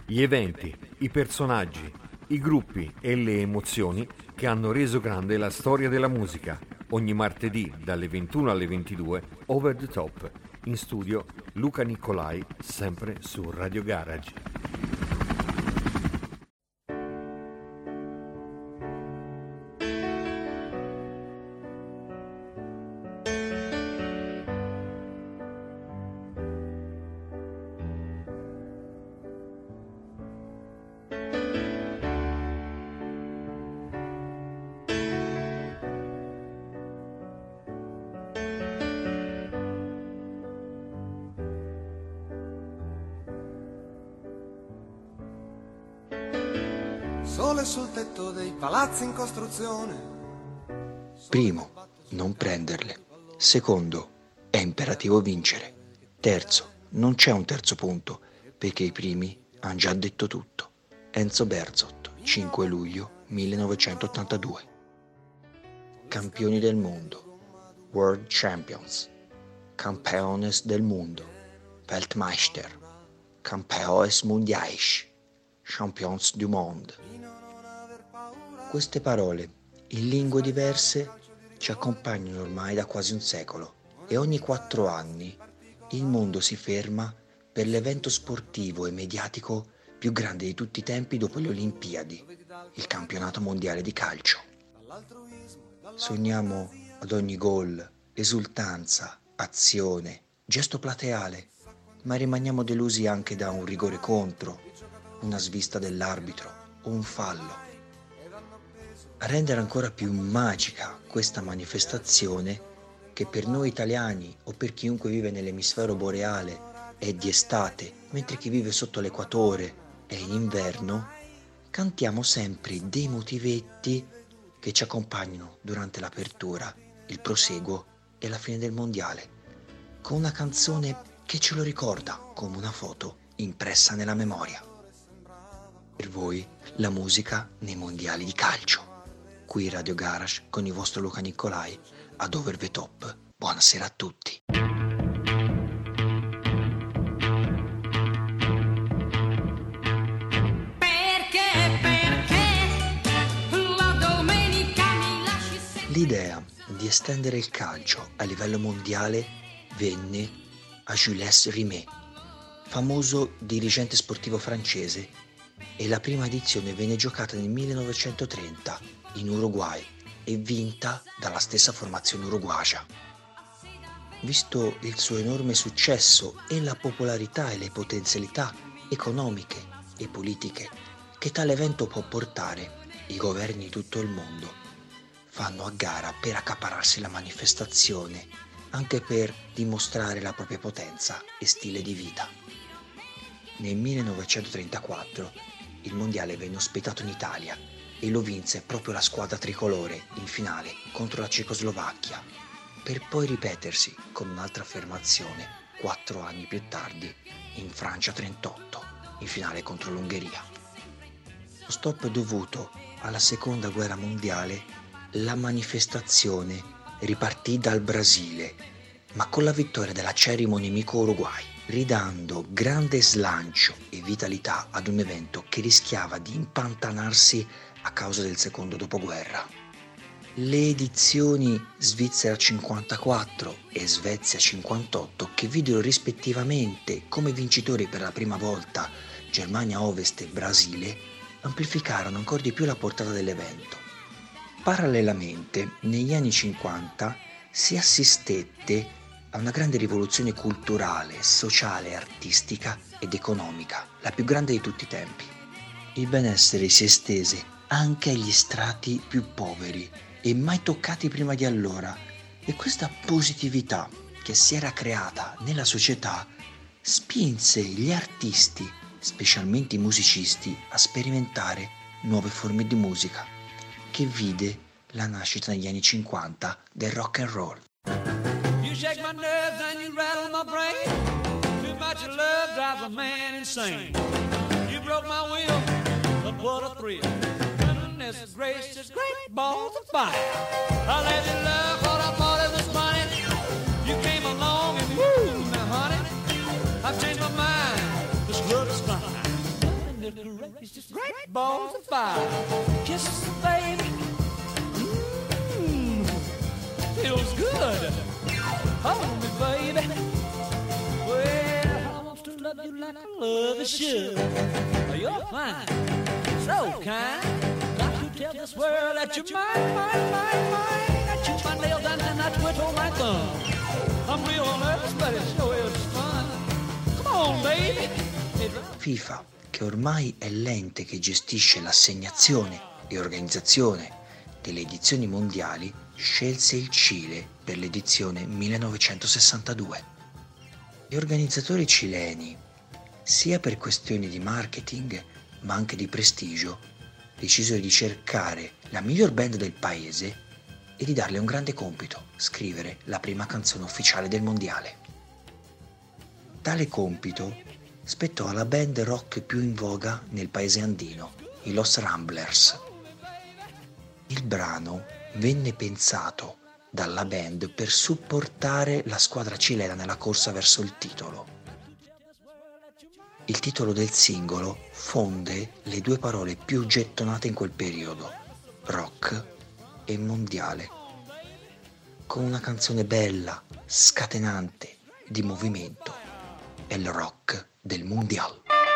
Gli eventi, i personaggi, i gruppi e le emozioni che hanno reso grande la storia della musica. Ogni martedì dalle 21 alle 22, Over the Top. In studio Luca Nicolai, sempre su Radio Garage. Sole sul tetto dei palazzi in costruzione. Primo, non prenderle. Secondo, è imperativo vincere. Terzo, non c'è un terzo punto, perché i primi hanno già detto tutto. Enzo Berzot, 5 luglio 1982. Campioni del mondo. World Champions. Campeones del mundo. Weltmeister. Campeones mundiais. Champions du monde. Queste parole, in lingue diverse, ci accompagnano ormai da quasi un secolo e ogni 4 anni il mondo si ferma per l'evento sportivo e mediatico più grande di tutti i tempi dopo le Olimpiadi, il campionato mondiale di calcio. Sogniamo ad ogni gol, esultanza, azione, gesto plateale, ma rimaniamo delusi anche da un rigore contro, una svista dell'arbitro o un fallo. A rendere ancora più magica questa manifestazione, che per noi italiani o per chiunque vive nell'emisfero boreale è di estate, mentre chi vive sotto l'equatore è in inverno, cantiamo sempre dei motivetti che ci accompagnano durante l'apertura, il proseguo e la fine del mondiale, con una canzone che ce lo ricorda come una foto impressa nella memoria. Per voi la musica nei mondiali di calcio. Qui Radio Garage con il vostro Luca Nicolai ad Over the Top. Buonasera a tutti. L'idea di estendere il calcio a livello mondiale venne a Jules Rimet, famoso dirigente sportivo francese, e la prima edizione venne giocata nel 1930 in Uruguay e vinta dalla stessa formazione uruguagia. Visto il suo enorme successo e la popolarità e le potenzialità economiche e politiche che tale evento può portare, i governi di tutto il mondo fanno a gara per accaparrarsi la manifestazione, anche per dimostrare la propria potenza e stile di vita. Nel 1934 il mondiale venne ospitato in Italia e lo vinse proprio la squadra tricolore in finale contro la Cecoslovacchia, per poi ripetersi con un'altra affermazione 4 anni più tardi in Francia 38, in finale contro l'Ungheria. Lo stop è dovuto alla seconda guerra mondiale. La manifestazione ripartì dal Brasile, ma con la vittoria dell'acerrimo nemico Uruguay, ridando grande slancio e vitalità ad un evento che rischiava di impantanarsi a causa del secondo dopoguerra. Le edizioni Svizzera 54 e Svezia 58, che videro rispettivamente come vincitori per la prima volta Germania Ovest e Brasile, amplificarono ancora di più la portata dell'evento. Parallelamente, negli anni 50 si assistette a una grande rivoluzione culturale, sociale, artistica ed economica, la più grande di tutti i tempi. Il benessere si estese anche agli strati più poveri e mai toccati prima di allora, e questa positività che si era creata nella società spinse gli artisti, specialmente i musicisti, a sperimentare nuove forme di musica, che vide la nascita negli anni 50 del rock and roll. You shake my nerves and you rattle my brain. Too much love drives a man insane. You broke my will, but what a thrill. Goodness gracious, great balls of fire. I let you love what I thought it was funny. You came along and woo, now honey, I've changed my mind. This love is fine. is great. It's just great balls of fire. Kisses, baby. Feels good. Hold me, baby. Well, I want to love you like I love a should. You're fine, so kind. Got to tell this world that you're mine. Got you my nails and I twiddle my thumb. I'm real nervous, but it sure is fun. Come on, baby. FIFA, che ormai è l'ente che gestisce l'assegnazione e organizzazione delle edizioni mondiali, scelse il Cile per l'edizione 1962. Gli organizzatori cileni, sia per questioni di marketing ma anche di prestigio, decisero di cercare la miglior band del paese e di darle un grande compito: scrivere la prima canzone ufficiale del mondiale. Tale compito spettò alla band rock più in voga nel paese andino, i Los Ramblers. Il brano venne pensato dalla band per supportare la squadra cilena nella corsa verso il titolo. Il titolo del singolo fonde le due parole più gettonate in quel periodo, rock e mondiale, con una canzone bella, scatenante, di movimento. È il rock del mondiale.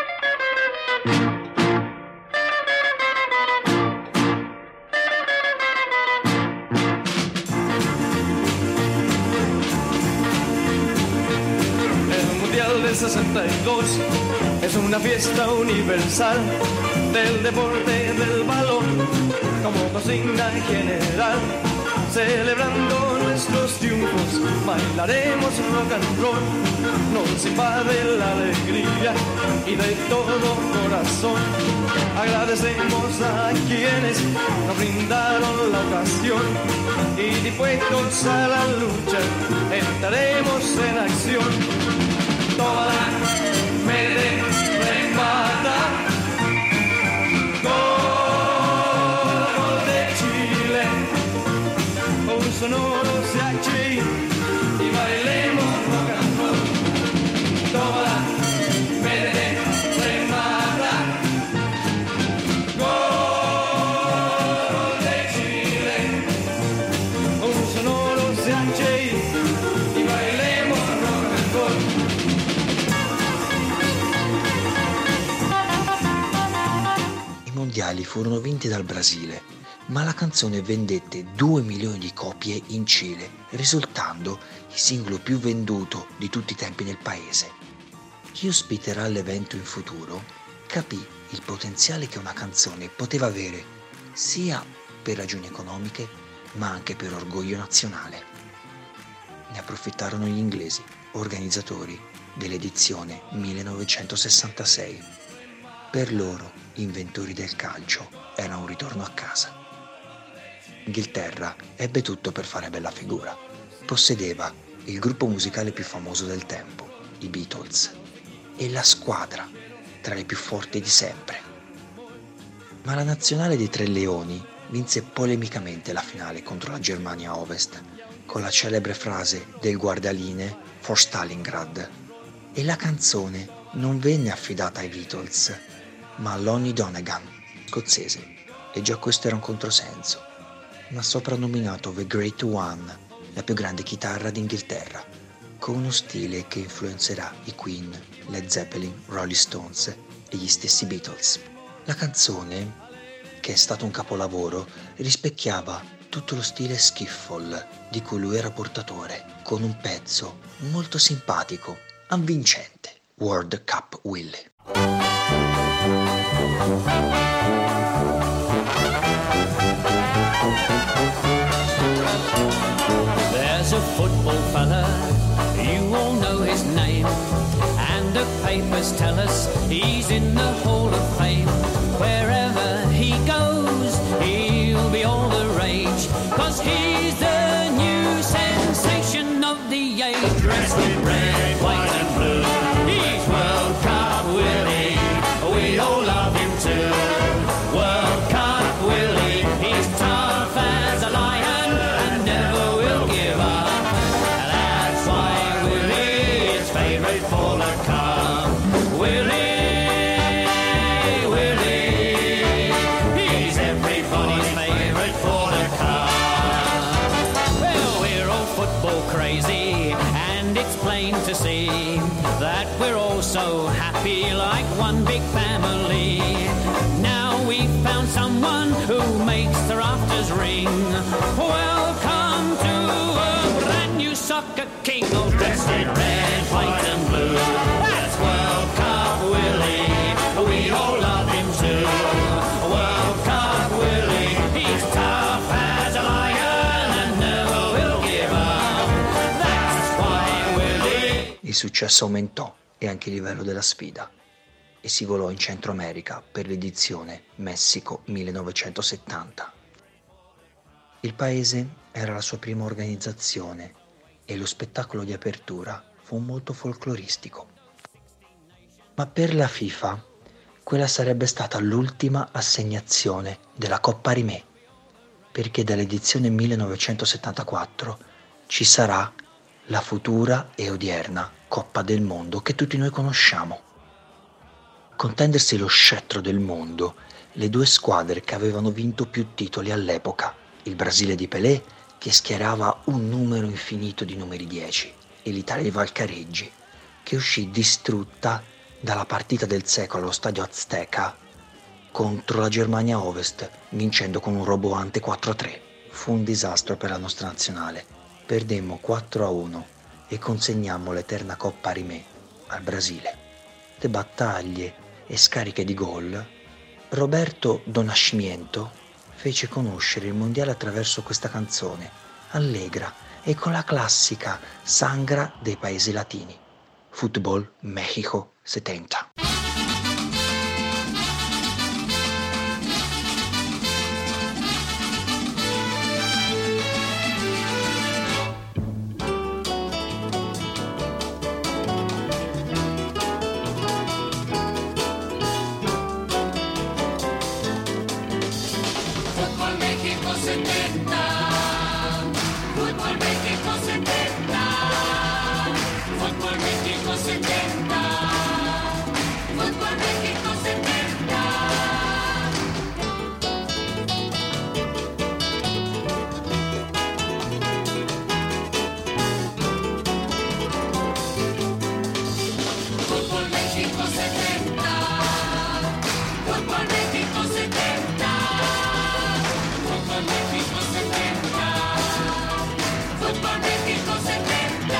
Del 62 es una fiesta universal del deporte del balón como consigna general. Celebrando nuestros triunfos, bailaremos rock and roll. Nos invade la alegría y de todo corazón agradecemos a quienes nos brindaron la ocasión y dispuestos a la lucha entraremos en acción. Toda me remata, gol de Chile, un sonoro CH y bailemos rock and roll. Toda me remata, gol de Chile, un sonoro CH y bailemos rock and roll. I mondiali furono vinti dal Brasile, ma la canzone vendette 2 milioni di copie in Cile, risultando il singolo più venduto di tutti i tempi nel paese. Chi ospiterà l'evento in futuro capì il potenziale che una canzone poteva avere, sia per ragioni economiche, ma anche per orgoglio nazionale. Ne approfittarono gli inglesi, organizzatori dell'edizione 1966. Per loro, inventori del calcio, era un ritorno a casa. Inghilterra ebbe tutto per fare bella figura. Possedeva il gruppo musicale più famoso del tempo, i Beatles, e la squadra tra le più forti di sempre. Ma la nazionale dei Tre Leoni vinse polemicamente la finale contro la Germania Ovest con la celebre frase del guardaline "For Stalingrad", e la canzone non venne affidata ai Beatles, ma a Lonnie Donegan, scozzese, e già questo era un controsenso, ma soprannominato The Great One, la più grande chitarra d'Inghilterra, con uno stile che influenzerà i Queen, Led Zeppelin, Rolling Stones e gli stessi Beatles. La canzone, che è stato un capolavoro, rispecchiava tutto lo stile skiffle di cui lui era portatore, con un pezzo molto simpatico, avvincente, World Cup Willie. There's a football fella, you all know his name, and the papers tell us he's in the Hall of Fame. Wherever he goes, he'll be all the rage, 'cause he's the new sensation of the age. Dressed in red, white and blue, he's World Cup Willie, we all love him too. World Cup Willie, he's tough as a lion and never will give up. That's why Willie is favourite for the cup. Willie, to see that we're all so happy like one big family. Now we've found someone who makes the rafters ring. Welcome to a brand new soccer king, all dressed in red, white and blue. That's World Cup Willie, we all love him too. World Cup Willie, he's tough as a lion and never will give up. That's why Willie. Il successo aumentò e anche il livello della sfida e si volò in Centro America per l'edizione Messico 1970. Il paese era la sua prima organizzazione e lo spettacolo di apertura fu molto folcloristico. Ma per la FIFA quella sarebbe stata l'ultima assegnazione della Coppa Rimè, perché dall'edizione 1974 ci sarà la futura e odierna Coppa del Mondo che tutti noi conosciamo. Contendersi lo scettro del mondo le due squadre che avevano vinto più titoli all'epoca, il Brasile di Pelé che schierava un numero infinito di numeri 10 e l'Italia di Valcareggi che uscì distrutta dalla partita del secolo allo stadio Azteca contro la Germania Ovest, vincendo con un roboante 4-3. Fu un disastro per la nostra nazionale. Perdemmo 4-1 e consegnammo l'eterna Coppa Rimè al Brasile. Le battaglie e scariche di gol, Roberto do Nascimento fece conoscere il mondiale attraverso questa canzone, allegra e con la classica sangra dei paesi latini. Football México 70. Fútbol México 70. Fútbol México 70. Fútbol México 70. Fútbol México 70. Fútbol México 70. Fútbol México 70. Fútbol México 70. Fútbol México 70.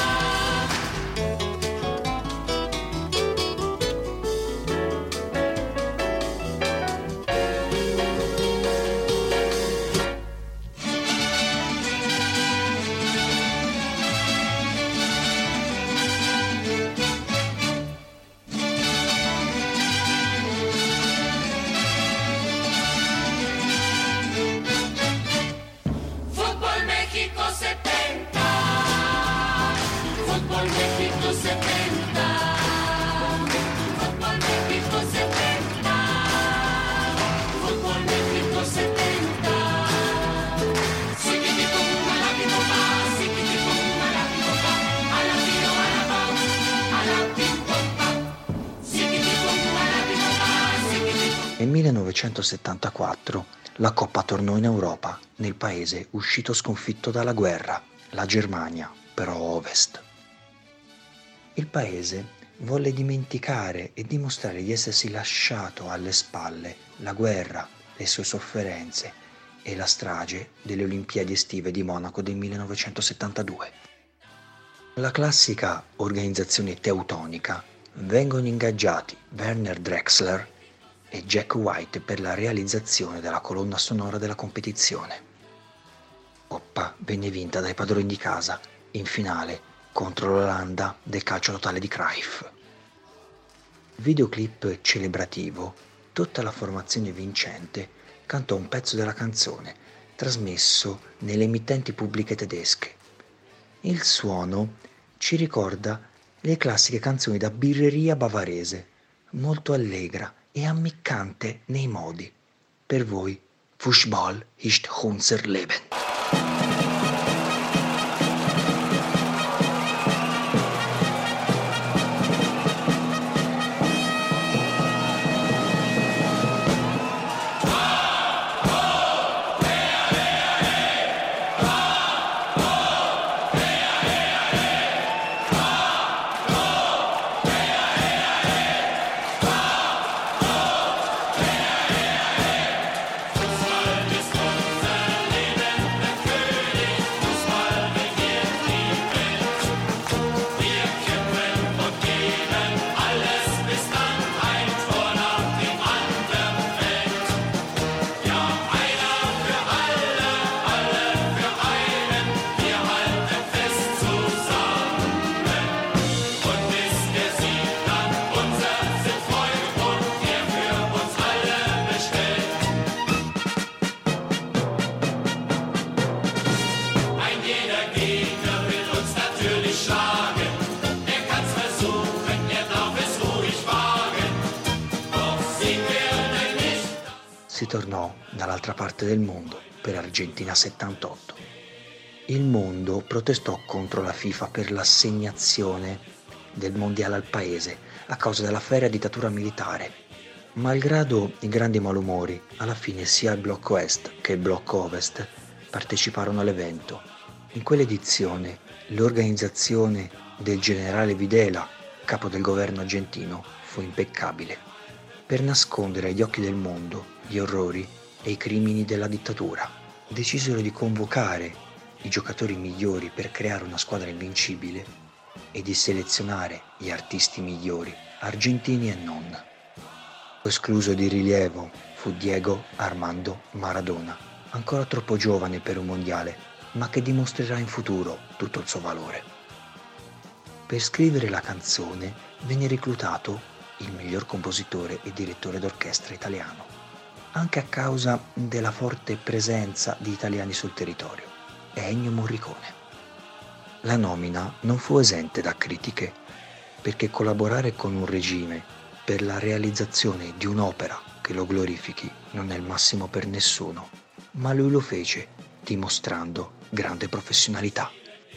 Fútbol México 70. Fútbol México 70. Fútbol México 70. Fútbol México 70. Sikiti pum ala pim pa, sikiti pum ala pim pa, ala tiro ala pa, ala pim pa. Sikiti pum ala pim pa, sikiti pum. Nel 1974 la Coppa tornò in Europa, nel paese uscito sconfitto dalla guerra, la Germania, però a ovest. Il paese volle dimenticare e dimostrare di essersi lasciato alle spalle la guerra, le sue sofferenze e la strage delle Olimpiadi estive di Monaco del 1972. La classica organizzazione teutonica vengono ingaggiati Werner Drexler e Jack White per la realizzazione della colonna sonora della competizione. Coppa venne vinta dai padroni di casa in finale contro l'Olanda del calcio totale di Cruyff. Videoclip celebrativo, tutta la formazione vincente cantò un pezzo della canzone trasmesso nelle emittenti pubbliche tedesche. Il suono ci ricorda le classiche canzoni da birreria bavarese, molto allegra e ammiccante nei modi. Per voi, Fußball ist unser Leben. si tornò dall'altra parte del mondo per Argentina 78. Il mondo protestò contro la FIFA per l'assegnazione del mondiale al paese a causa della ferrea dittatura militare. Malgrado i grandi malumori, alla fine sia il blocco est che il blocco ovest parteciparono all'evento. In quell'edizione l'organizzazione del generale Videla, capo del governo argentino, fu impeccabile. Per nascondere agli occhi del mondo gli orrori e i crimini della dittatura, decisero di convocare i giocatori migliori per creare una squadra invincibile e di selezionare gli artisti migliori, argentini e non. Escluso di rilievo fu Diego Armando Maradona, ancora troppo giovane per un mondiale, ma che dimostrerà in futuro tutto il suo valore. Per scrivere la canzone venne reclutato il miglior compositore e direttore d'orchestra italiano, anche a causa della forte presenza di italiani sul territorio, Ennio Morricone. La nomina non fu esente da critiche, perché collaborare con un regime per la realizzazione di un'opera che lo glorifichi non è il massimo per nessuno, ma lui lo fece dimostrando grande professionalità.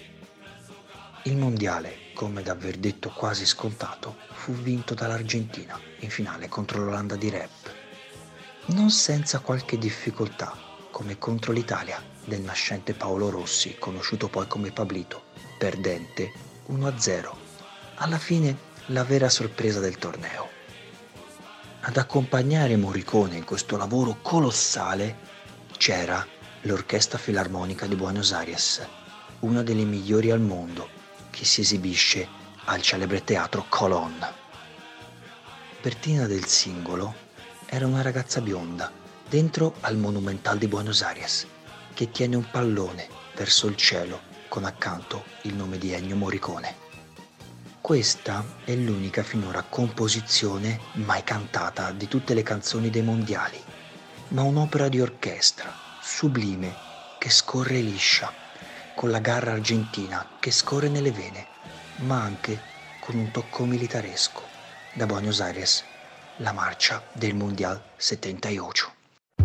Il mondiale, come da aver detto quasi scontato, fu vinto dall'Argentina in finale contro l'Olanda di rap, non senza qualche difficoltà, come contro l'Italia del nascente Paolo Rossi, conosciuto poi come Pablito, perdente 1-0. Alla fine la vera sorpresa del torneo. Ad accompagnare Morricone in questo lavoro colossale c'era l'Orchestra Filarmonica di Buenos Aires, una delle migliori al mondo, che si esibisce al celebre teatro Colón. Copertina del singolo era una ragazza bionda dentro al Monumental di Buenos Aires che tiene un pallone verso il cielo con accanto il nome di Ennio Morricone. Questa è l'unica finora composizione mai cantata di tutte le canzoni dei mondiali, ma un'opera di orchestra sublime che scorre liscia, con la garra argentina che scorre nelle vene, ma anche con un tocco militaresco. Da Buenos Aires, la marcia del Mundial 78.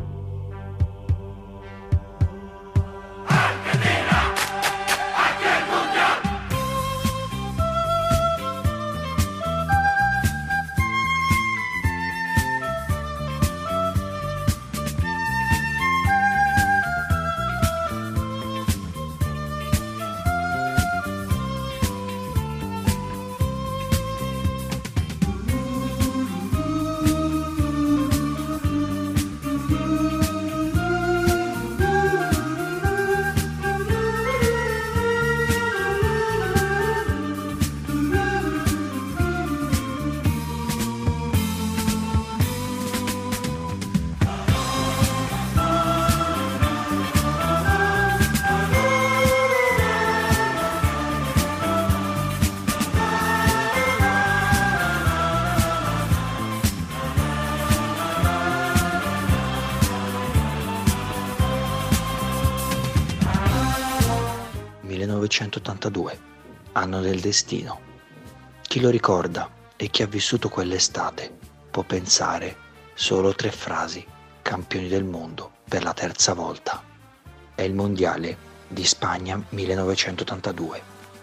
Anno del destino. Chi lo ricorda e chi ha vissuto quell'estate può pensare solo 3 frasi: campioni del mondo per la terza volta. È il mondiale di Spagna 1982.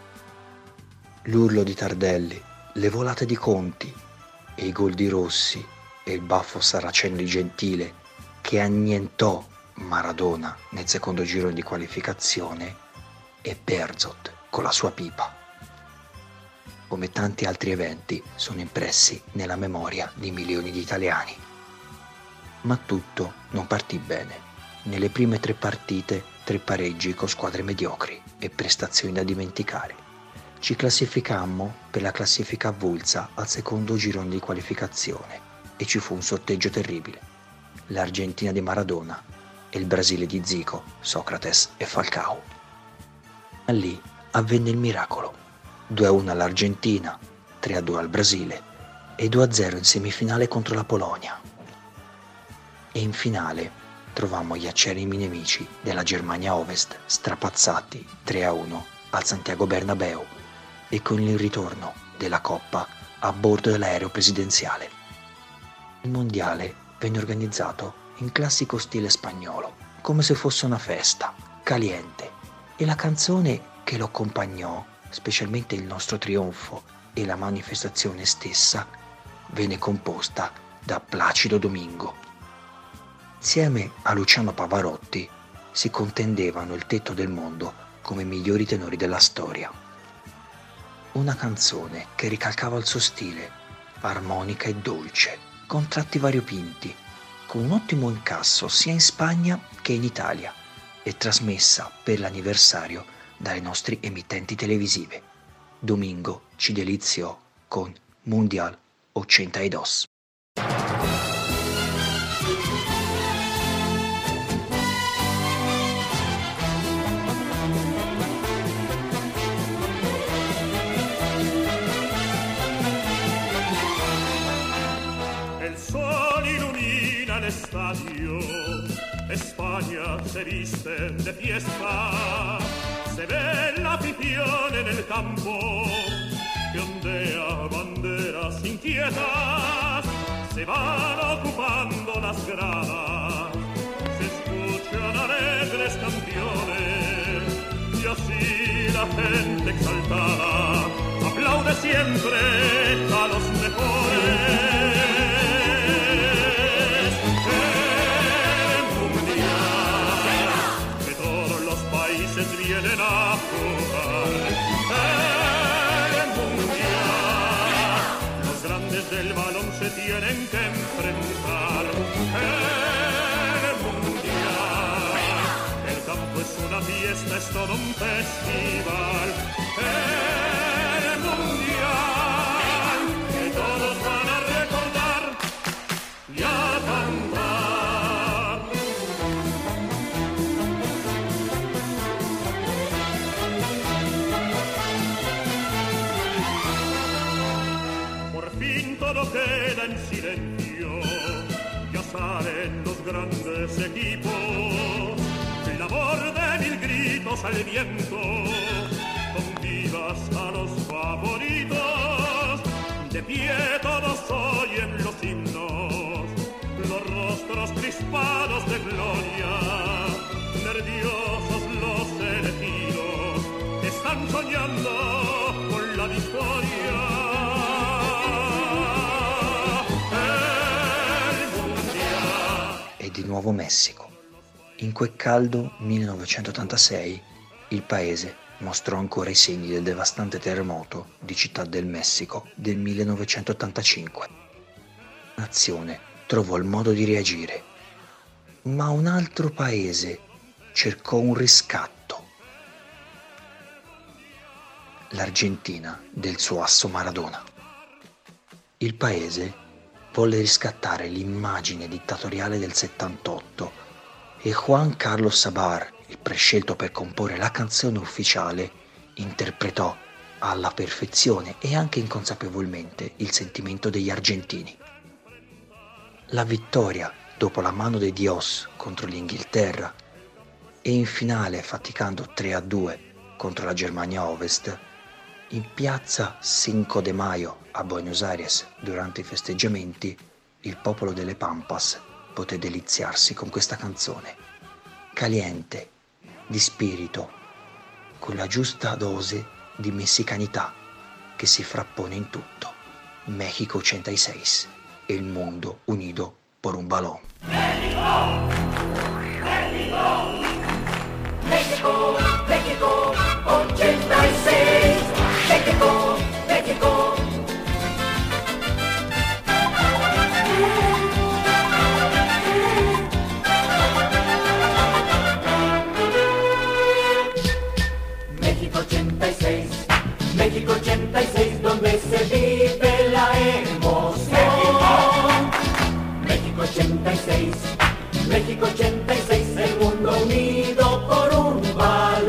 L'urlo di Tardelli, le volate di Conti e i gol di Rossi e il baffo saraceno di Gentile che annientò Maradona nel secondo giro di qualificazione, e Berzot con la sua pipa. Come tanti altri eventi sono impressi nella memoria di milioni di italiani. Ma tutto non partì bene. Nelle prime 3 partite, 3 pareggi con squadre mediocri e prestazioni da dimenticare. Ci classificammo per la classifica avulsa al secondo girone di qualificazione e ci fu un sorteggio terribile. L'Argentina di Maradona e il Brasile di Zico, Socrates e Falcao. Ma lì avvenne il miracolo. 2-1 all'Argentina, 3-2 al Brasile e 2-0 in semifinale contro la Polonia. E in finale trovammo gli acerrimi nemici della Germania Ovest strapazzati 3-1 al Santiago Bernabéu e con il ritorno della Coppa a bordo dell'aereo presidenziale. Il mondiale venne organizzato in classico stile spagnolo, come se fosse una festa, caliente, e la canzone che lo accompagnò, specialmente il nostro trionfo e la manifestazione stessa, venne composta da Placido Domingo. Insieme a Luciano Pavarotti si contendevano il tetto del mondo come migliori tenori della storia. Una canzone che ricalcava il suo stile, armonica e dolce, con tratti variopinti, con un ottimo incasso sia in Spagna che in Italia e trasmessa per l'anniversario dalle nostre emittenti televisive. Domingo ci deliziò con Mundial 82. El sol ilumina el estadio, España se viste de fiesta, se ve la afición en el campo, que ondea banderas inquietas, se van ocupando las gradas, se escuchan alegres canciones, y así la gente exaltada aplaude siempre a los mejores. Vienen a jugar el mundial. Los grandes del balón se tienen que enfrentar. El mundial. El campo es una fiesta, es todo un festival. El mundial. Que todos van a recordar y a cantar. Todo queda en silencio, ya salen los grandes equipos, la voz de mil gritos al viento, con vivas a los favoritos, de pie todos oyen los himnos, los rostros crispados de gloria, nerviosos los elegidos, están soñando con la victoria. Di nuovo Messico. In quel caldo 1986 il paese mostrò ancora i segni del devastante terremoto di Città del Messico del 1985. La nazione trovò il modo di reagire, ma un altro paese cercò un riscatto. L'Argentina del suo asso Maradona. Il paese volle riscattare l'immagine dittatoriale del 78 e Juan Carlos Sabar, il prescelto per comporre la canzone ufficiale, interpretò alla perfezione e anche inconsapevolmente il sentimento degli argentini. La vittoria dopo la mano de Dios contro l'Inghilterra e in finale faticando 3-2 contro la Germania Ovest, in piazza Cinco de Mayo a Buenos Aires durante i festeggiamenti, il popolo delle Pampas poté deliziarsi con questa canzone, caliente, di spirito, con la giusta dose di messicanità che si frappone in tutto. México 86 e il mondo unido por un balón. México, México, México 86. México, México. México 86, México 86, donde se vive la emoción. México 86, México 86, el mundo unido por un balón.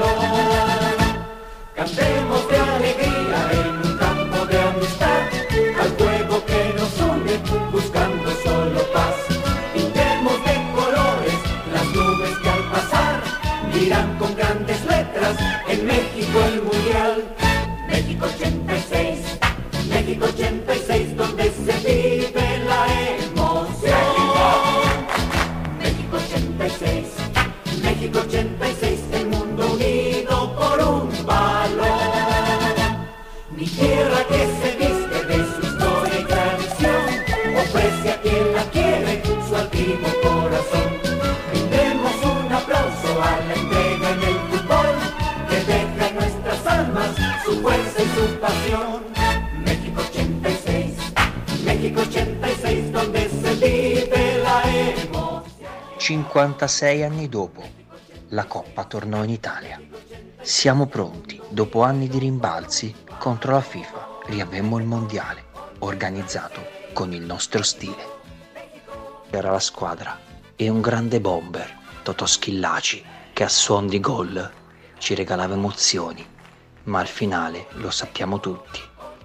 86 donde se vive la emoción. 56 anni dopo, la Coppa tornò in Italia. Siamo pronti, dopo anni di rimbalzi contro la FIFA, riavemmo il mondiale, organizzato con il nostro stile. Era la squadra e un grande bomber, Totò Schillaci, che a suon di gol ci regalava emozioni, ma al finale lo sappiamo tutti.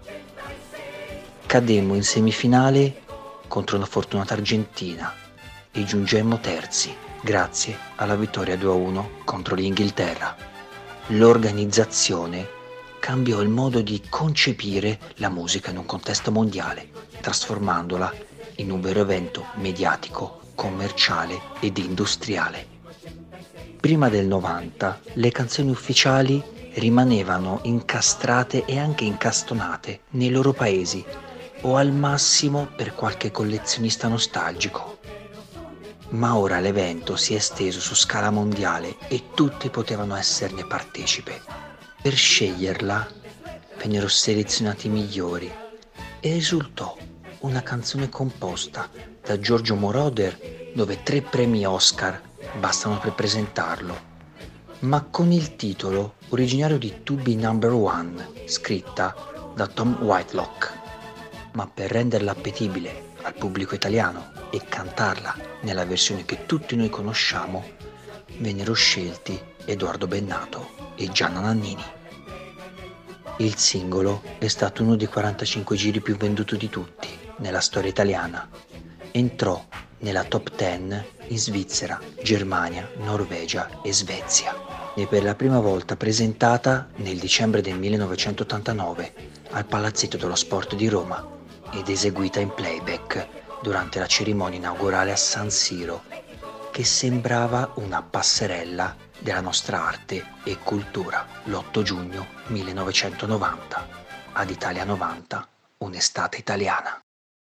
Cademmo in semifinale contro una fortunata Argentina e giungemmo terzi grazie alla vittoria 2-1 contro l'Inghilterra. L'organizzazione cambiò il modo di concepire la musica in un contesto mondiale, trasformandola in un vero evento mediatico, commerciale ed industriale. Prima del 90 le canzoni ufficiali rimanevano incastrate e anche incastonate nei loro paesi o al massimo per qualche collezionista nostalgico. Ma ora l'evento si è esteso su scala mondiale e tutti potevano esserne partecipe. Per sceglierla vennero selezionati i migliori e risultò una canzone composta da Giorgio Moroder, dove 3 premi Oscar bastano per presentarlo, ma con il titolo originario di To Be Number One, scritta da Tom Whitelock. Ma per renderla appetibile al pubblico italiano e cantarla nella versione che tutti noi conosciamo, vennero scelti Edoardo Bennato e Gianna Nannini. Il singolo è stato uno dei 45 giri più venduti di tutti nella storia italiana. Entrò nella top 10 in Svizzera, Germania, Norvegia e Svezia e per la prima volta presentata nel dicembre del 1989 al Palazzetto dello Sport di Roma ed eseguita in playback durante la cerimonia inaugurale a San Siro, che sembrava una passerella della nostra arte e cultura, l'8 giugno 1990, ad Italia 90, un'estate italiana.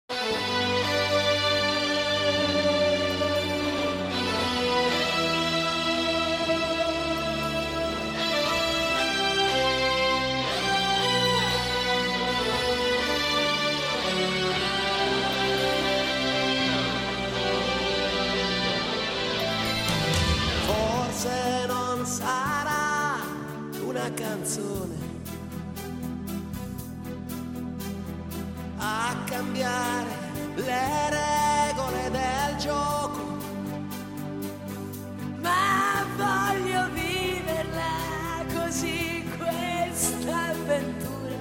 Forse non sarà una canzone a cambiare le regole del gioco, ma voglio viverla così questa avventura,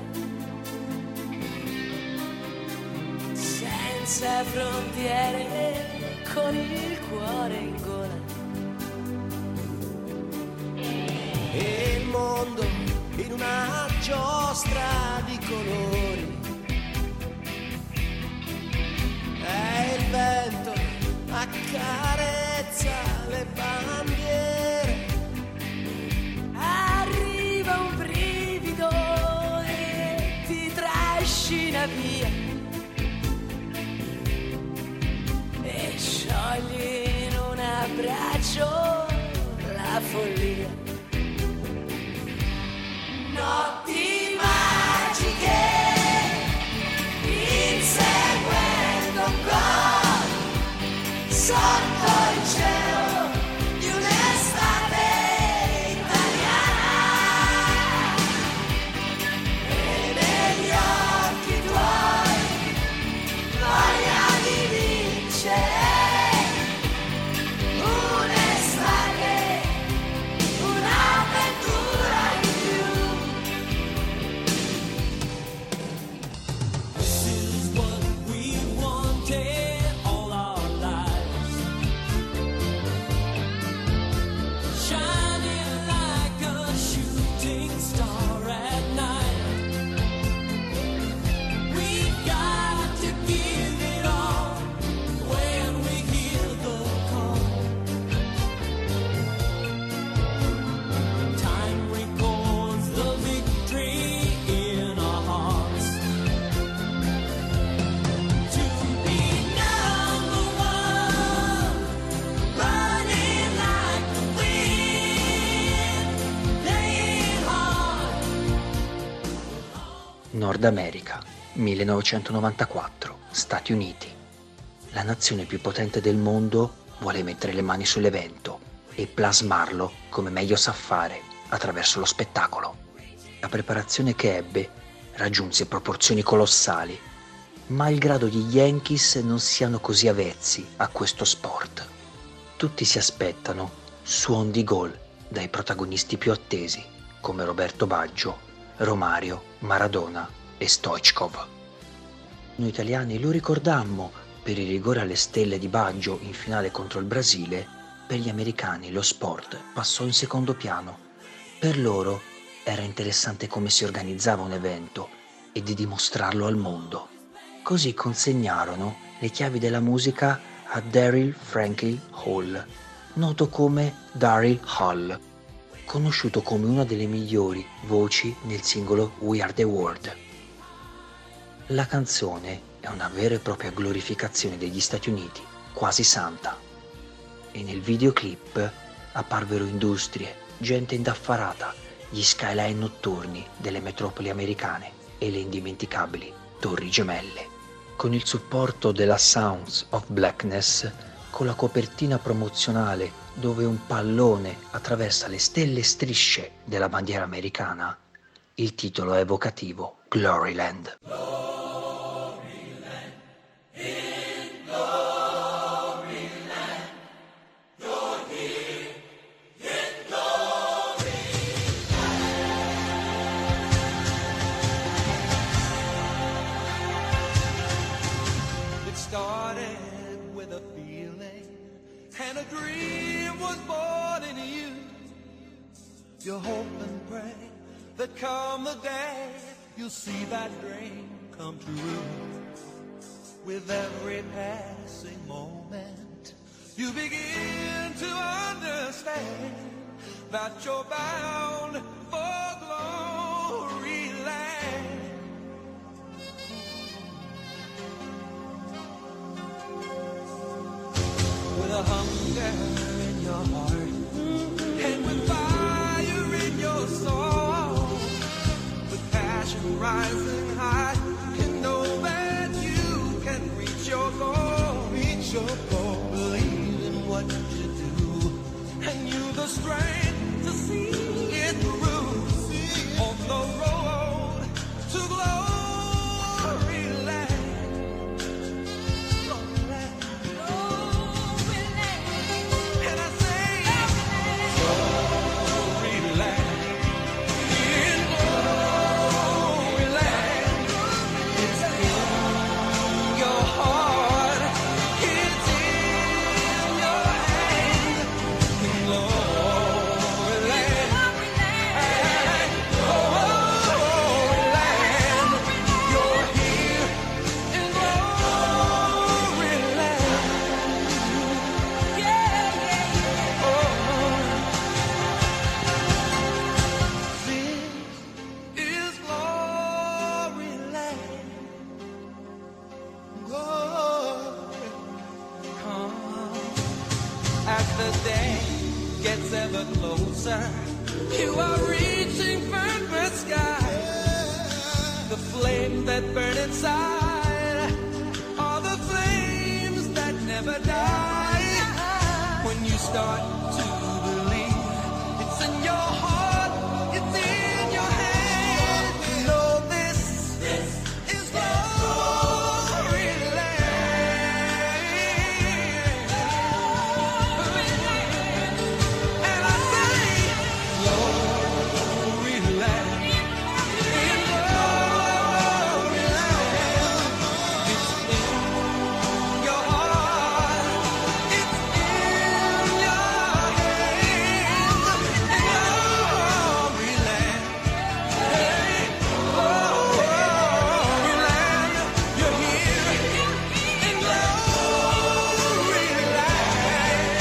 senza frontiere, con il cuore in gola. E il mondo in una giostra di colori, e il vento accarezza le bandiere, arriva un brivido e ti trascina via e sciogli in un abbraccio la follia. Notti magiche, inseguendo un gol sotto il cielo di un'estate italiana, e negli occhi tuoi voglia di vincere. Un'estate, un'avventura in più. Nord America, 1994. Stati Uniti. La nazione più potente del mondo vuole mettere le mani sull'evento e plasmarlo come meglio sa fare attraverso lo spettacolo. La preparazione che ebbe raggiunse proporzioni colossali, malgrado gli Yankees non siano così avvezzi a questo sport. Tutti si aspettano suon di gol dai protagonisti più attesi come Roberto Baggio, Romario, Maradona e Stoichkov. Noi italiani lo ricordammo per il rigore alle stelle di Baggio in finale contro il Brasile. Per gli americani lo sport passò in secondo piano. Per loro era interessante come si organizzava un evento e di dimostrarlo al mondo. Così consegnarono le chiavi della musica a Daryl Franklin Hall, noto come Daryl Hall, conosciuto come una delle migliori voci nel singolo We Are the World. La canzone è una vera e propria glorificazione degli Stati Uniti, quasi santa. E nel videoclip apparvero industrie, gente indaffarata, gli skyline notturni delle metropoli americane e le indimenticabili Torri Gemelle. Con il supporto della Sounds of Blackness, con la copertina promozionale dove un pallone attraversa le stelle e strisce della bandiera americana, il titolo è evocativo: Gloryland. Started with a feeling, and a dream was born in you. You hope and pray that come the day you'll see that dream come true. With every passing moment, you begin to understand that you're bound for glory land. With a hunger in your heart and with fire in your soul, with passion rising high, you know that you can reach your goal. Reach your goal. Believe in what you do, and you've the strength to see it through. On the road to glory land. As the day gets ever closer, you are reaching further skies. The flame that burn inside are the flames that never die. When you start to believe, it's in your heart, it's in your hand. You know this is glory land. And I say, glory land, in glory land. It's in your heart, it's in your hands. Glory land, hey, glory land. You're here in glory land.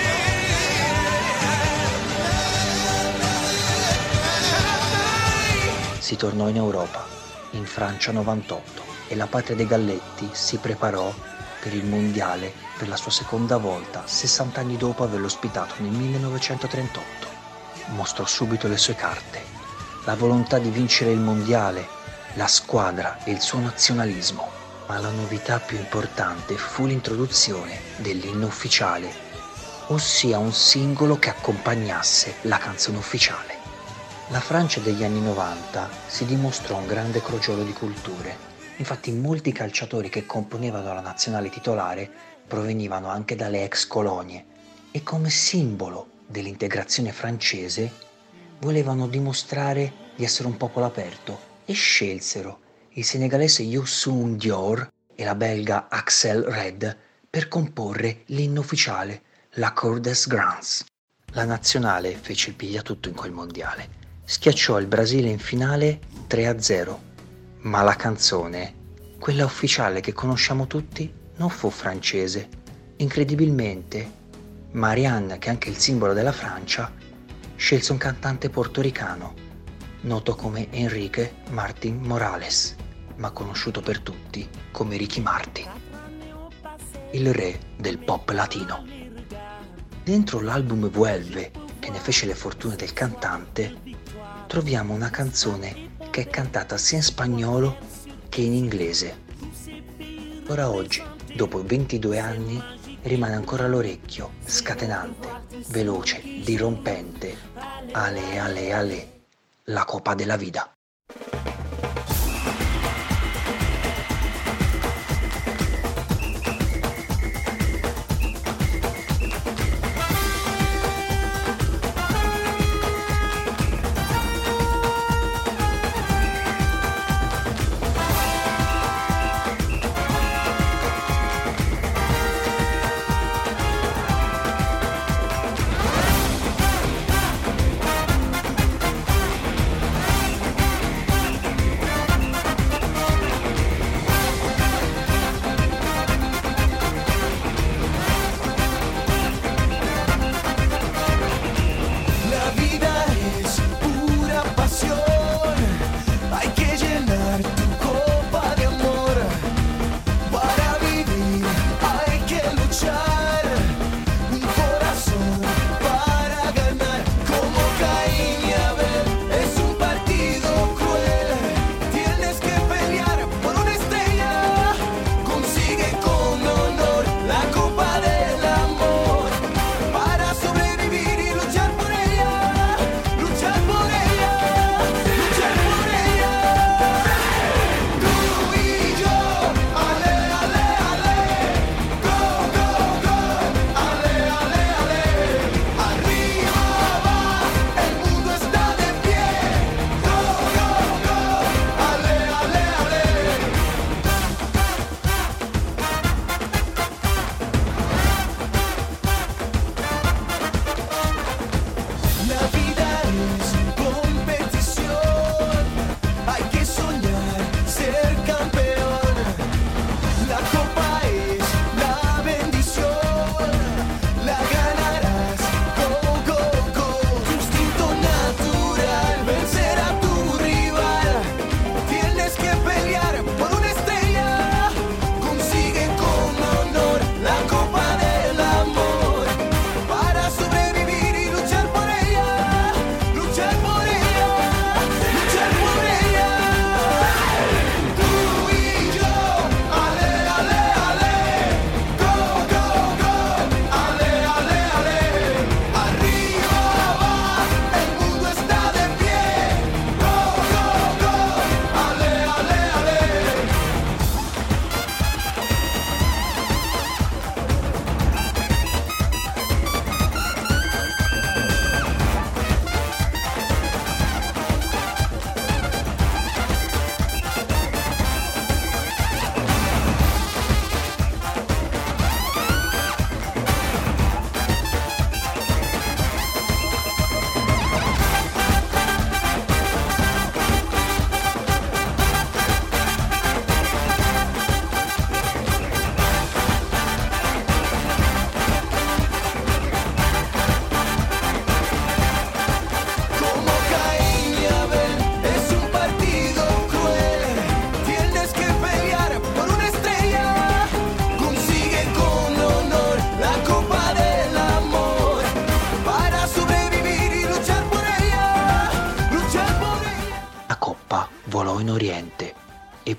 Si tornò in Europa, in Francia 98, e la patria dei Galletti si preparò per il mondiale per la sua seconda volta, 60 anni dopo averlo ospitato nel 1938. Mostrò subito le sue carte, la volontà di vincere il mondiale, la squadra e il suo nazionalismo. Ma la novità più importante fu l'introduzione dell'inno ufficiale, ossia un singolo che accompagnasse la canzone ufficiale. La Francia degli anni 90 si dimostrò un grande crogiolo di culture. Infatti molti calciatori che componevano la nazionale titolare provenivano anche dalle ex colonie e come simbolo dell'integrazione francese volevano dimostrare di essere un popolo aperto e scelsero il senegalese Youssou N'Dior e la belga Axel Red per comporre l'inno ufficiale, la Cour des Grands. La nazionale fece il pigliatutto in quel mondiale, schiacciò il Brasile in finale 3-0, ma la canzone, quella ufficiale che conosciamo tutti, non fu francese. Incredibilmente, Marianne, che è anche il simbolo della Francia, scelse un cantante portoricano, noto come Enrique Martin Morales, ma conosciuto per tutti come Ricky Martin, il re del pop latino. Dentro l'album Vuelve, che ne fece le fortune del cantante, troviamo una canzone che è cantata sia in spagnolo che in inglese. Ora oggi, dopo 22 anni, rimane ancora all'orecchio, scatenante, veloce, dirompente. Ale, ale, ale, la copa della vida.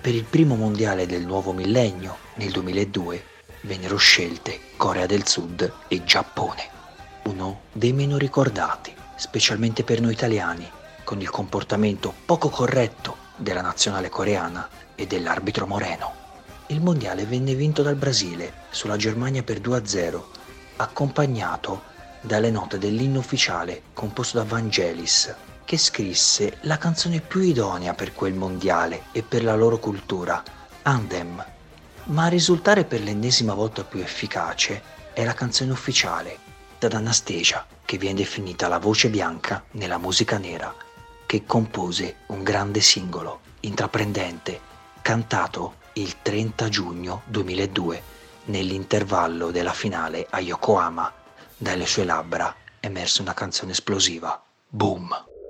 Per il primo mondiale del nuovo millennio, nel 2002, vennero scelte Corea del Sud e Giappone, uno dei meno ricordati, specialmente per noi italiani, con il comportamento poco corretto della nazionale coreana e dell'arbitro Moreno. Il mondiale venne vinto dal Brasile sulla Germania per 2-0, accompagnato dalle note dell'inno ufficiale composto da Vangelis, che scrisse la canzone più idonea per quel mondiale e per la loro cultura, Anthem. Ma a risultare per l'ennesima volta più efficace è la canzone ufficiale, da Anastasia, che viene definita la voce bianca nella musica nera, che compose un grande singolo, intraprendente, cantato il 30 giugno 2002, nell'intervallo della finale a Yokohama. Dalle sue labbra emerse una canzone esplosiva, Boom!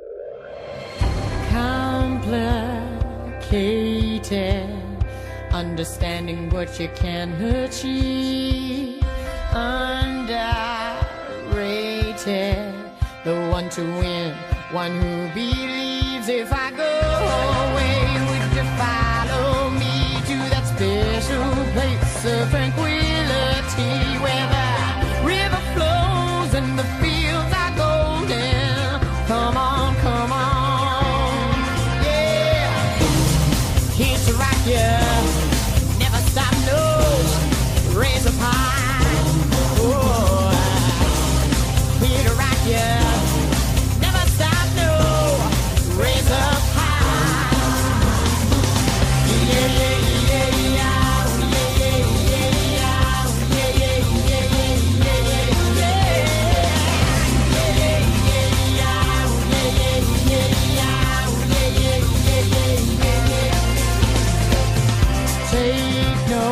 Complicated, understanding what you can achieve, underrated, the one to win, one who believes. If I go away, would you follow me to that special place of tranquility where the river flows and the fields are golden? Come on, come on, yeah. Here to rock you, never stop, no, raise up high. Oh, here to rock you, never stop, no, raise up high. Yeah, yeah, yeah, yeah, yeah, yeah, yeah, yeah, yeah, yeah, take no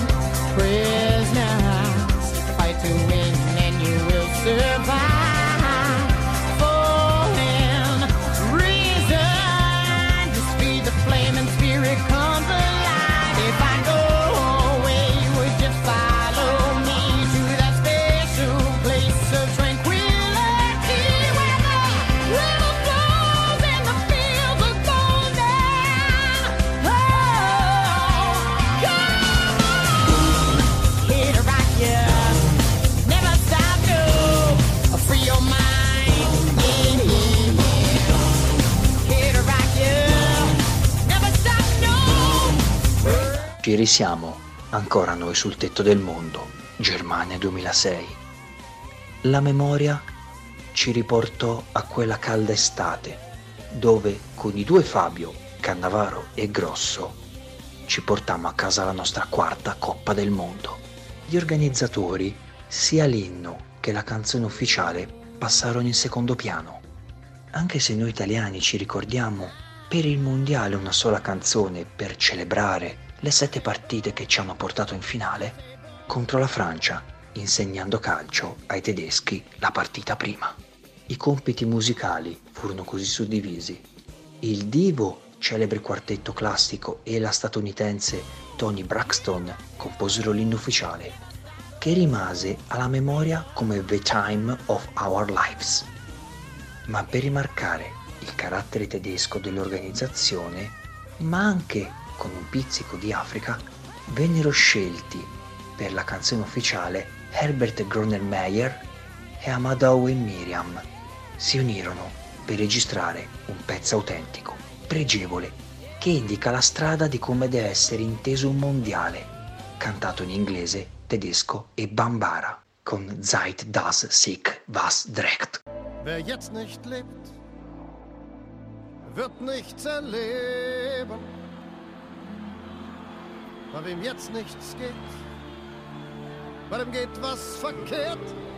prisoners, fight to win and you will survive. Fallen reason, just feed the flame and spirit comes alive. If I go away, would you follow me to that special place of tranquility where the river flows and the fields are golden? Oh, here to rock you, never stop, no, free your mind, yeah. Here to rock you, never stop, no. Ci risiamo ancora noi sul tetto del mondo, Germania 2006. La memoria ci riportò a quella calda estate, dove con i due Fabio, Cannavaro e Grosso, ci portammo a casa la nostra quarta Coppa del Mondo. Gli organizzatori, sia l'inno che la canzone ufficiale, passarono in secondo piano. Anche se noi italiani ci ricordiamo per il mondiale una sola canzone per celebrare le 7 partite che ci hanno portato in finale, contro la Francia, insegnando calcio ai tedeschi la partita prima. I compiti musicali furono così suddivisi. Il divo, celebre quartetto classico, e la statunitense Toni Braxton composero l'inno ufficiale, che rimase alla memoria come The Time of Our Lives. Ma per rimarcare il carattere tedesco dell'organizzazione, ma anche con un pizzico di Africa, vennero scelti per la canzone ufficiale Herbert Grönemeyer e Amadou e Miriam. Si unirono per registrare un pezzo autentico, pregevole, che indica la strada di come deve essere inteso un mondiale, cantato in inglese, tedesco e bambara, con Zeit das sich was dreht. Wer jetzt nicht lebt, wird nichts erleben. Bei wem jetzt nichts geht, bei dem geht was verkehrt.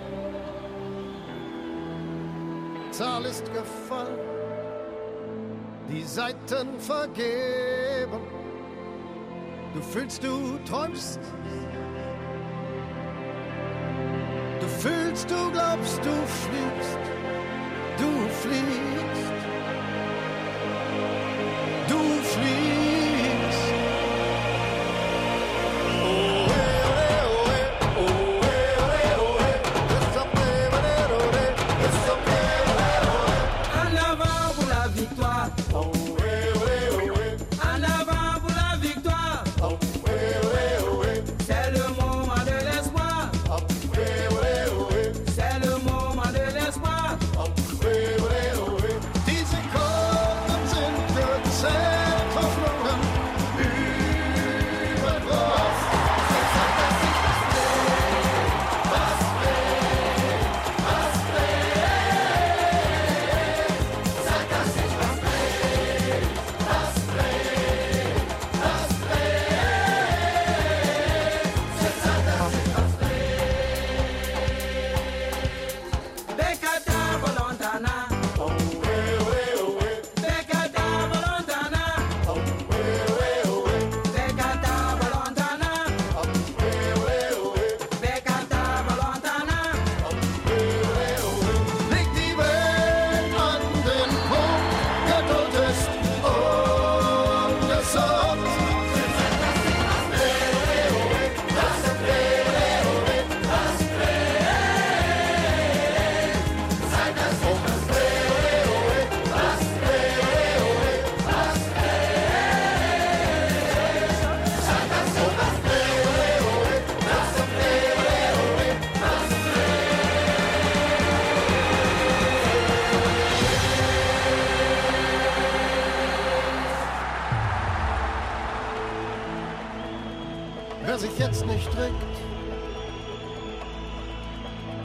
Zahl ist gefallen, die Seiten vergeben. Du fühlst, du träumst. Du fühlst, du glaubst, du fliegst. Du fliegst. Du fliegst. En avant pour la victoire. En avant pour la victoire.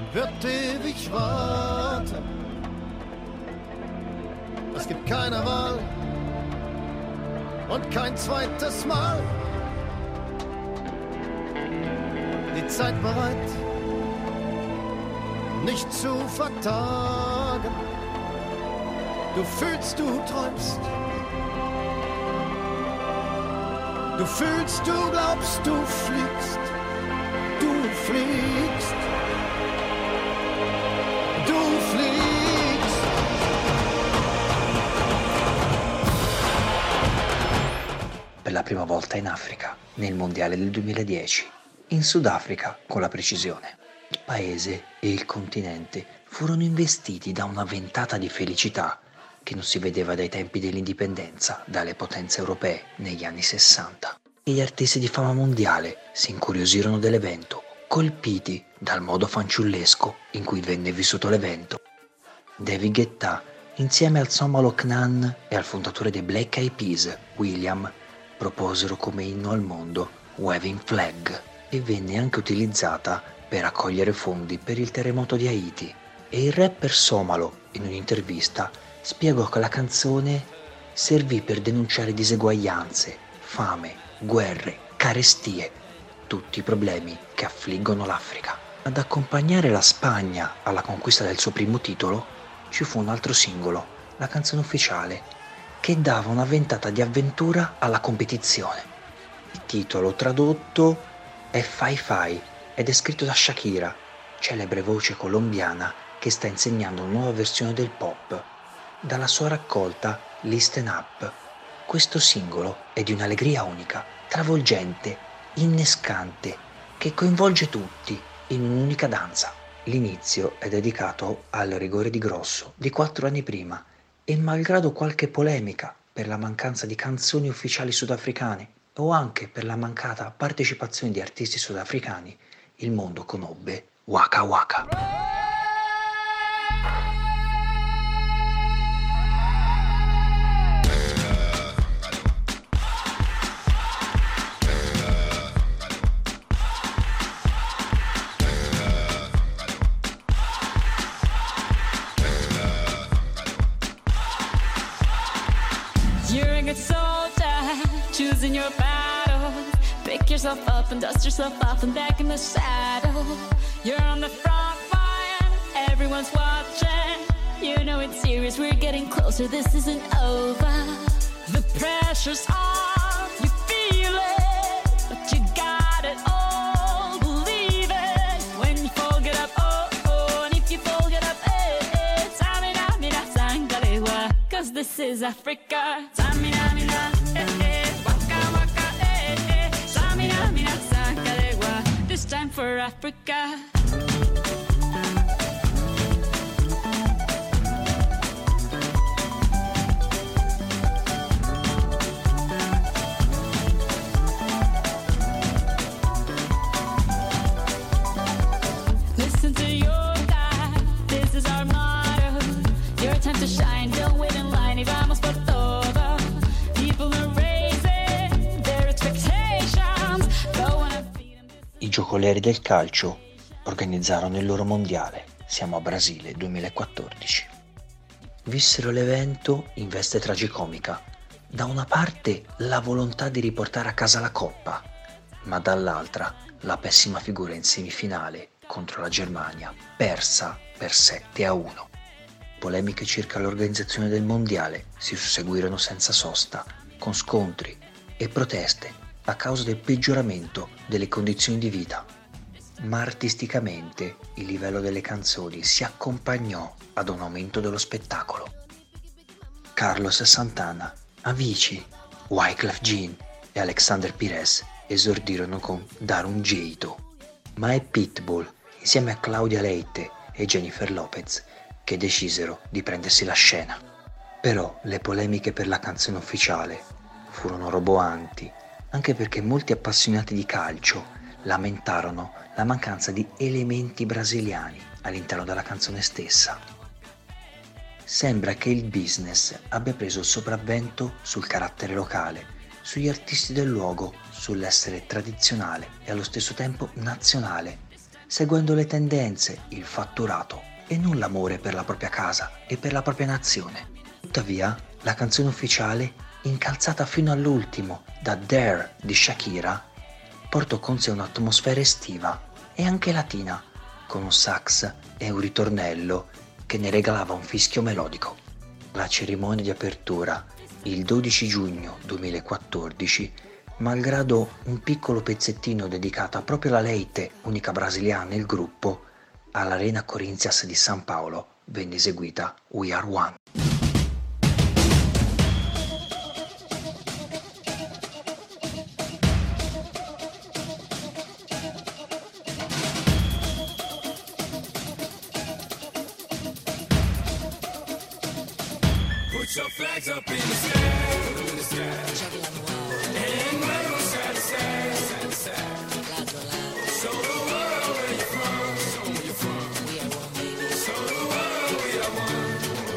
wird ewig warten. Es gibt keine Wahl und kein zweites Mal. Die Zeit bereit, nicht zu vertagen. Du fühlst, du träumst. Du fühlst, du glaubst, du fliegst. Du fliegst. Du fliegst. Per la prima volta in Africa, nel mondiale del 2010, in Sudafrica con la precisione. Il paese e il continente furono investiti da una ventata di felicità che non si vedeva dai tempi dell'indipendenza dalle potenze europee negli anni 60. E gli artisti di fama mondiale si incuriosirono dell'evento, colpiti dal modo fanciullesco in cui venne vissuto l'evento. David Guetta, insieme al somalo Knan e al fondatore dei Black Eyed Peas, William, proposero come inno al mondo Waving Flag e venne anche utilizzata per raccogliere fondi per il terremoto di Haiti. E il rapper somalo, in un'intervista, spiegò che la canzone servì per denunciare diseguaglianze, fame, guerre, carestie, tutti i problemi che affliggono l'Africa. Ad accompagnare la Spagna alla conquista del suo primo titolo ci fu un altro singolo, la canzone ufficiale, che dava una ventata di avventura alla competizione. Il titolo tradotto è Fai Fai ed è scritto da Shakira, celebre voce colombiana che sta insegnando una nuova versione del pop. Dalla sua raccolta Listen Up, questo singolo è di un'allegria unica, travolgente, innescante, che coinvolge tutti in un'unica danza. L'inizio è dedicato al rigore di Grosso di 4 anni prima e malgrado qualche polemica per la mancanza di canzoni ufficiali sudafricane o anche per la mancata partecipazione di artisti sudafricani, il mondo conobbe Waka Waka. You're a good soldier, choosing your battles. Pick yourself up and dust yourself off and back in the saddle. You're on the front line, everyone's watching. You know it's serious, we're getting closer, this isn't over. The pressure's on, you feel it, but you got it all, believe it. When you fall, get up, oh, oh, and if you fall, get up, eh, eh. Samina, mina, sangalewa, 'cause this is Africa. Samina, mina, eh, eh, waka, waka, eh, eh. Samina, mina, sangalewa, this time for Africa. Listen to your God, this is our motto. Your time to shine, don't wait in line, y vamos por todo. People are raising their expectations. Go on and feed them this. I giocoleri del calcio organizzarono il loro mondiale, siamo a Brasile 2014. Vissero l'evento in veste tragicomica. Da una parte la volontà di riportare a casa la coppa, ma dall'altra la pessima figura in semifinale contro la Germania, persa per 7-1. Polemiche circa l'organizzazione del mondiale si susseguirono senza sosta, con scontri e proteste a causa del peggioramento delle condizioni di vita. Ma artisticamente il livello delle canzoni si accompagnò ad un aumento dello spettacolo. Carlos Santana, Avicii, Wyclef Jean e Alexander Pires esordirono con Dar un Jeito, ma è Pitbull insieme a Claudia Leite e Jennifer Lopez che decisero di prendersi la scena. Però le polemiche per la canzone ufficiale furono roboanti, anche perché molti appassionati di calcio lamentarono la mancanza di elementi brasiliani all'interno della canzone stessa. Sembra che il business abbia preso il sopravvento sul carattere locale, sugli artisti del luogo, sull'essere tradizionale e allo stesso tempo nazionale, seguendo le tendenze, il fatturato e non l'amore per la propria casa e per la propria nazione. Tuttavia, la canzone ufficiale, incalzata fino all'ultimo da Dare di Shakira, portò con sé un'atmosfera estiva e anche latina, con un sax e un ritornello che ne regalava un fischio melodico. La cerimonia di apertura, il 12 giugno 2014, malgrado un piccolo pezzettino dedicato proprio alla Leite, unica brasiliana nel gruppo, all'Arena Corinthians di San Paolo venne eseguita We Are One. Put your flags up in the sky, in the sky. And wave side to side, side to side. Show the world where you're from, show where you're from. Show the world we are one.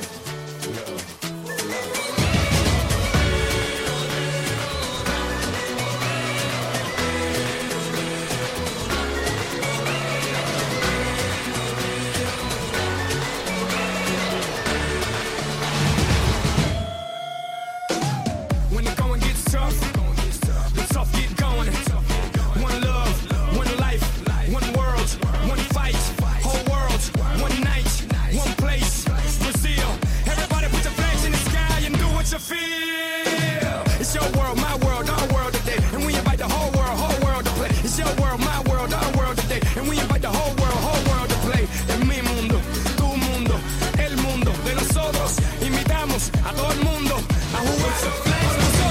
When the going gets tough, the tough get going. One love, one life, one world, one fight. Whole world, one night, one place. Brazil, everybody put your flags in the sky and do what you feel. It's your world, my world, our world today. And we invite the whole world to play. It's your world, my world, our world today. And we invite the whole world to play. En mi mundo, tu mundo, el mundo de nosotros. Invitamos a todo el mundo a jugar su flags.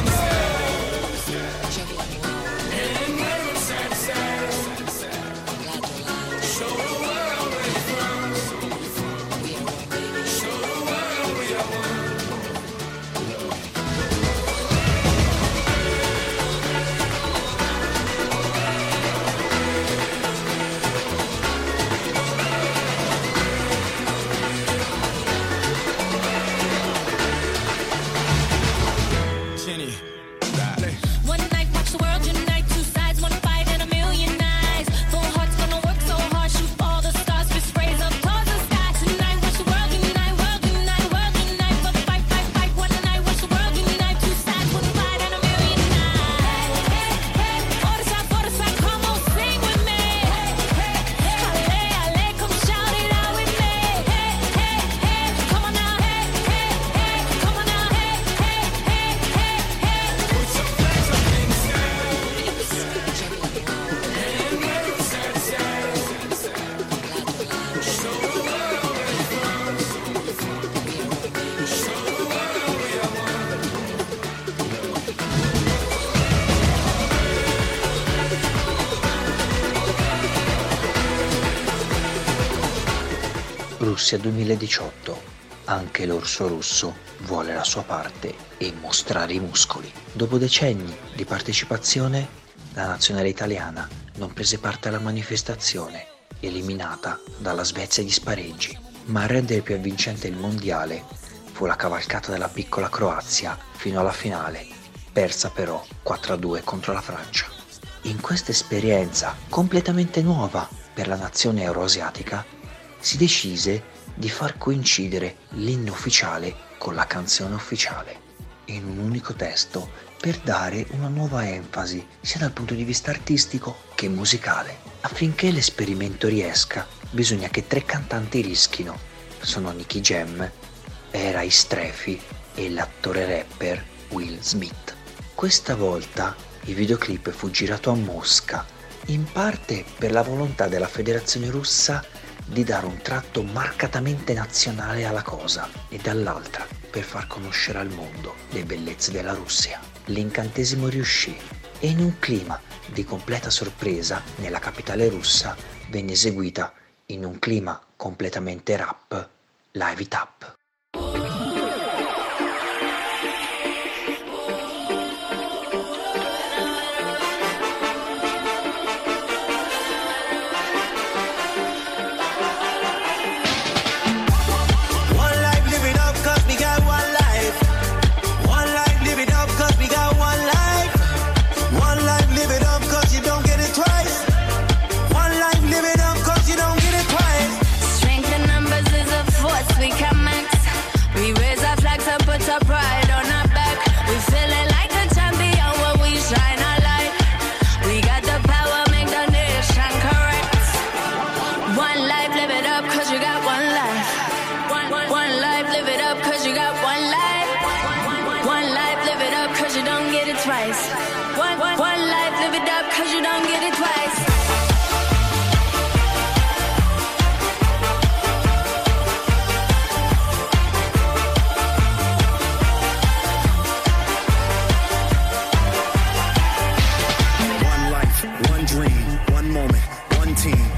One night, watch the world unite. Two sides, one fight, and a million eyes. Full hearts gonna work so hard, shoot all the stars, fist raise up towards the sky. Tonight, watch the world unite, world unite, world unite. For the fight, fight, fight. One night, watch the world unite. Two sides, one fight, and a million eyes. Forza, forza, come on, sing with me. Ale, ale, come shout it out with me. Come on now, come on now, Put your flags up in the sky. And wave side to side, side to side. Show the world where you're from, show the world we are one. Russia 2018. Anche l'orso russo vuole la sua parte e mostrare i muscoli. Dopo decenni di partecipazione, la nazionale italiana non prese parte alla manifestazione, eliminata dalla Svezia di spareggi. Ma a rendere più avvincente il mondiale fu la cavalcata della piccola Croazia fino alla finale, persa però 4-2 contro la Francia. In questa esperienza completamente nuova per la nazione euroasiatica, si decise di far coincidere l'inno ufficiale con la canzone ufficiale in un unico testo per dare una nuova enfasi sia dal punto di vista artistico che musicale. Affinché l'esperimento riesca, bisogna che 3 cantanti rischino. Sono Nicky Jam, Era Istrefi e l'attore rapper Will Smith. Questa volta il videoclip fu girato a Mosca, in parte per la volontà della Federazione Russa di dare un tratto marcatamente nazionale alla cosa e dall'altra per far conoscere al mondo le bellezze della Russia. L'incantesimo riuscì e in un clima di completa sorpresa nella capitale russa venne eseguita in un clima completamente rap, Live It Up. One life, live it up, cause you don't get it twice. One life, live it up, cause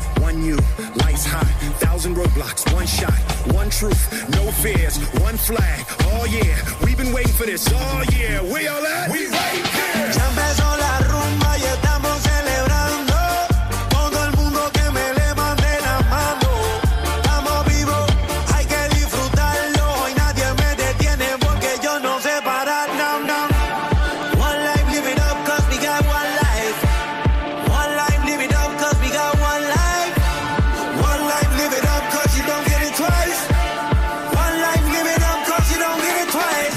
one you, lights high, 1,000 roadblocks, one shot, one truth, no fears, one flag. Oh yeah, we've been waiting for this. Oh yeah, where y'all at? We right here. Ya empezó la rumba y estamos celebrando. Todo el mundo que me levante la mano. Estamos vivos, hay que disfrutarlo. Y nadie me detiene porque yo no sé parar. No, no. One life, live it up, cause we got one life. One life, live it up, cause we got one life. One life, live it up, cause you don't get it twice. One life, live it up, cause you don't get it twice.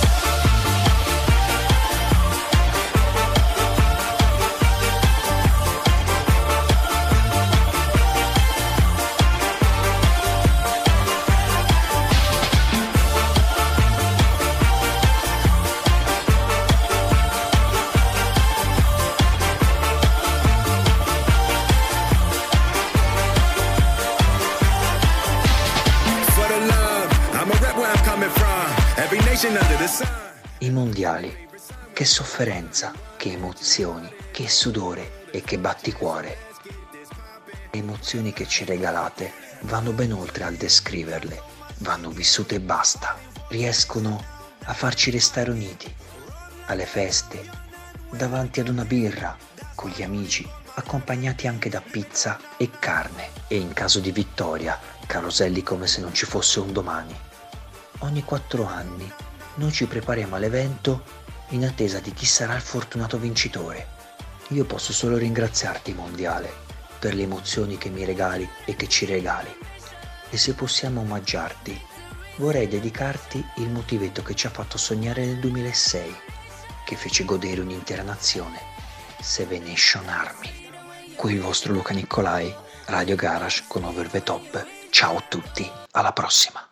For the love, I'm a rep where I'm coming from. Every nation under the sun. I mondiali, che sofferenza, che emozioni, che sudore e che batticuore. Le emozioni che ci regalate vanno ben oltre al descriverle, vanno vissute e basta. Riescono a farci restare uniti, alle feste, davanti ad una birra, con gli amici, accompagnati anche da pizza e carne, e in caso di vittoria, caroselli come se non ci fosse un domani. Ogni 4 anni noi ci prepariamo all'evento in attesa di chi sarà il fortunato vincitore. Io posso solo ringraziarti, Mondiale, per le emozioni che mi regali e che ci regali. E se possiamo omaggiarti, vorrei dedicarti il motivetto che ci ha fatto sognare nel 2006, che fece godere un'intera nazione, Seven Nation Army. Qui il vostro Luca Nicolai, Radio Garage con Over the Top. Ciao a tutti, alla prossima.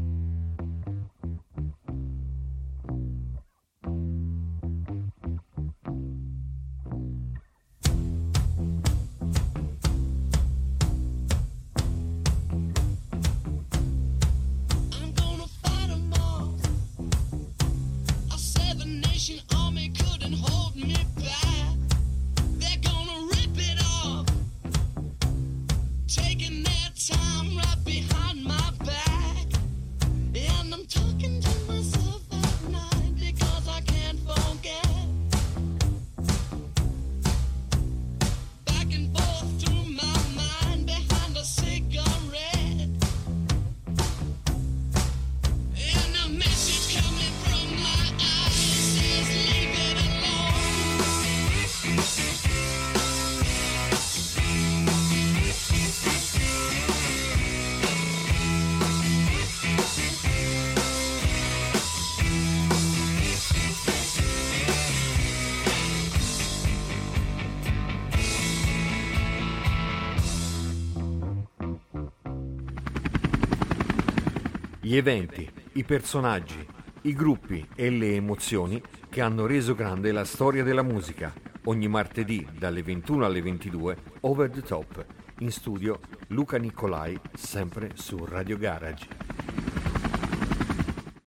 I'm gonna fight 'em all. A Seven Nation army couldn't hold me back. They're gonna rip it off, taking their time right behind my back. And I'm talking to myself at night because I can't forget. Back and forth through my mind behind a cigarette. And a message coming from my eyes says leave it Gli eventi, i personaggi, i gruppi e le emozioni che hanno reso grande la storia della musica. Ogni martedì dalle 21 alle 22, Over the Top. In studio Luca Nicolai, sempre su Radio Garage.